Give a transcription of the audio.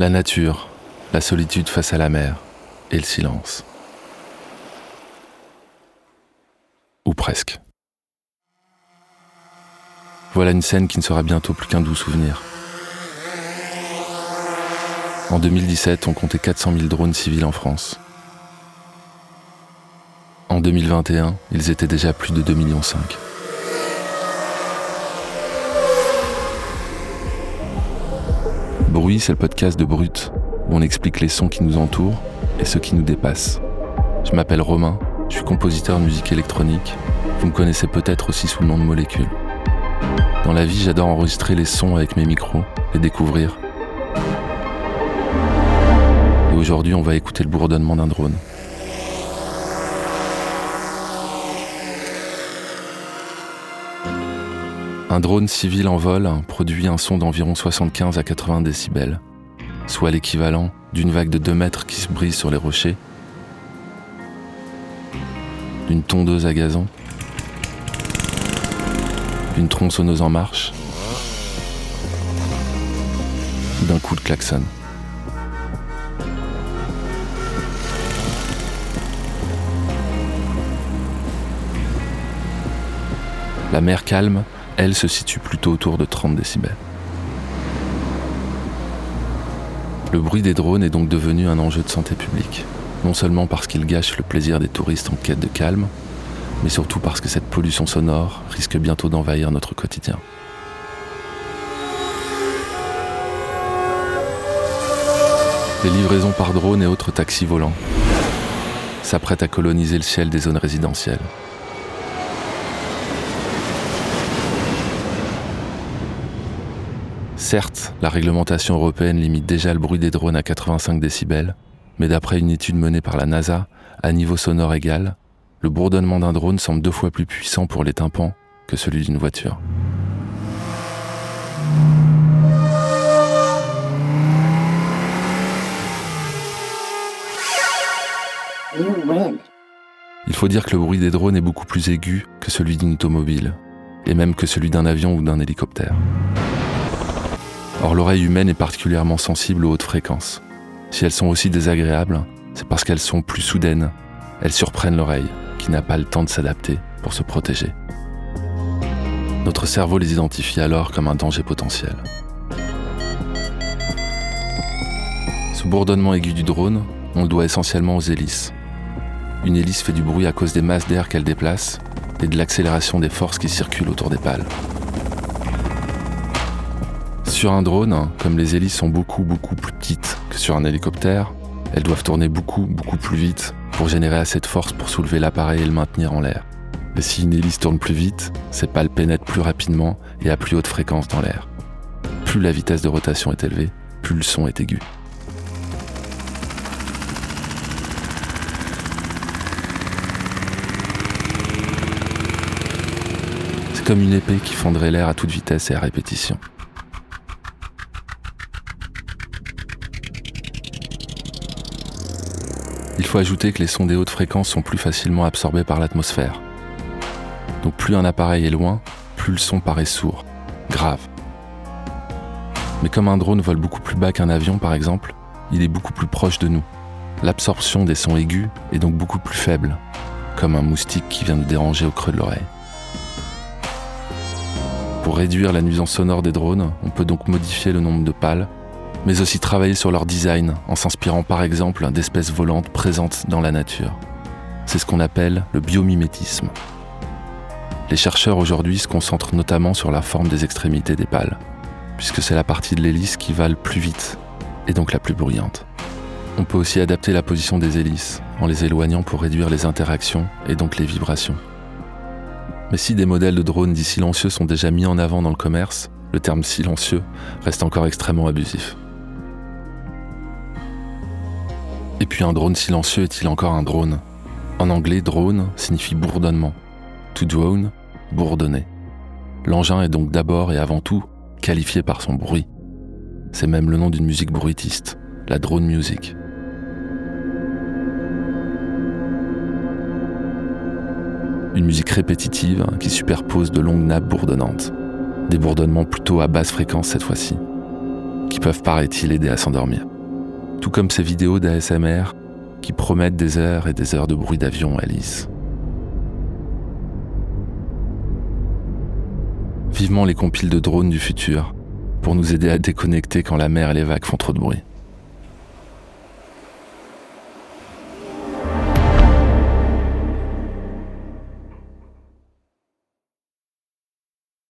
La nature, la solitude face à la mer et le silence. Ou presque. Voilà une scène qui ne sera bientôt plus qu'un doux souvenir. En 2017, on comptait 400 000 drones civils en France. En 2021, ils étaient déjà plus de 2,5 millions. Bruit, c'est le podcast de Brut, où on explique les sons qui nous entourent et ceux qui nous dépassent. Je m'appelle Romain, je suis compositeur de musique électronique. Vous me connaissez peut-être aussi sous le nom de Molécule. Dans la vie, j'adore enregistrer les sons avec mes micros, les découvrir. Et aujourd'hui, on va écouter le bourdonnement d'un drone. Un drone civil en vol produit un son d'environ 75 à 80 décibels, soit l'équivalent d'une vague de 2 mètres qui se brise sur les rochers, d'une tondeuse à gazon, d'une tronçonneuse en marche, ou d'un coup de klaxon. La mer calme, elle, se situe plutôt autour de 30 décibels. Le bruit des drones est donc devenu un enjeu de santé publique, non seulement parce qu'il gâche le plaisir des touristes en quête de calme, mais surtout parce que cette pollution sonore risque bientôt d'envahir notre quotidien. Les livraisons par drone et autres taxis volants s'apprêtent à coloniser le ciel des zones résidentielles. Certes, la réglementation européenne limite déjà le bruit des drones à 85 décibels, mais d'après une étude menée par la NASA, à niveau sonore égal, le bourdonnement d'un drone semble 2 fois plus puissant pour les tympans que celui d'une voiture. Il faut dire que le bruit des drones est beaucoup plus aigu que celui d'une automobile, et même que celui d'un avion ou d'un hélicoptère. Or, l'oreille humaine est particulièrement sensible aux hautes fréquences. Si elles sont aussi désagréables, c'est parce qu'elles sont plus soudaines. Elles surprennent l'oreille, qui n'a pas le temps de s'adapter pour se protéger. Notre cerveau les identifie alors comme un danger potentiel. Ce bourdonnement aigu du drone, on le doit essentiellement aux hélices. Une hélice fait du bruit à cause des masses d'air qu'elle déplace et de l'accélération des forces qui circulent autour des pales. Sur un drone, comme les hélices sont beaucoup plus petites que sur un hélicoptère, elles doivent tourner beaucoup plus vite pour générer assez de force pour soulever l'appareil et le maintenir en l'air. Et si une hélice tourne plus vite, ses pales pénètrent plus rapidement et à plus haute fréquence dans l'air. Plus la vitesse de rotation est élevée, plus le son est aigu. C'est comme une épée qui fendrait l'air à toute vitesse et à répétition. Il faut ajouter que les sons des hautes fréquences sont plus facilement absorbés par l'atmosphère. Donc plus un appareil est loin, plus le son paraît sourd, grave. Mais comme un drone vole beaucoup plus bas qu'un avion par exemple, il est beaucoup plus proche de nous. L'absorption des sons aigus est donc beaucoup plus faible, comme un moustique qui vient nous déranger au creux de l'oreille. Pour réduire la nuisance sonore des drones, on peut donc modifier le nombre de pales, mais aussi travailler sur leur design en s'inspirant par exemple d'espèces volantes présentes dans la nature. C'est ce qu'on appelle le biomimétisme. Les chercheurs aujourd'hui se concentrent notamment sur la forme des extrémités des pales, puisque c'est la partie de l'hélice qui va le plus vite, et donc la plus bruyante. On peut aussi adapter la position des hélices, en les éloignant pour réduire les interactions et donc les vibrations. Mais si des modèles de drones dits silencieux sont déjà mis en avant dans le commerce, le terme silencieux reste encore extrêmement abusif. Et puis un drone silencieux est-il encore un drone ? En anglais, drone signifie bourdonnement. To drone, bourdonner. L'engin est donc d'abord et avant tout qualifié par son bruit. C'est même le nom d'une musique bruitiste, la drone music. Une musique répétitive qui superpose de longues nappes bourdonnantes. Des bourdonnements plutôt à basse fréquence cette fois-ci, qui peuvent, paraît-il, aider à s'endormir. tout comme ces vidéos d'ASMR qui promettent des heures et des heures de bruit d'avion à Alice. Vivement les compiles de drones du futur pour nous aider à déconnecter quand la mer et les vagues font trop de bruit.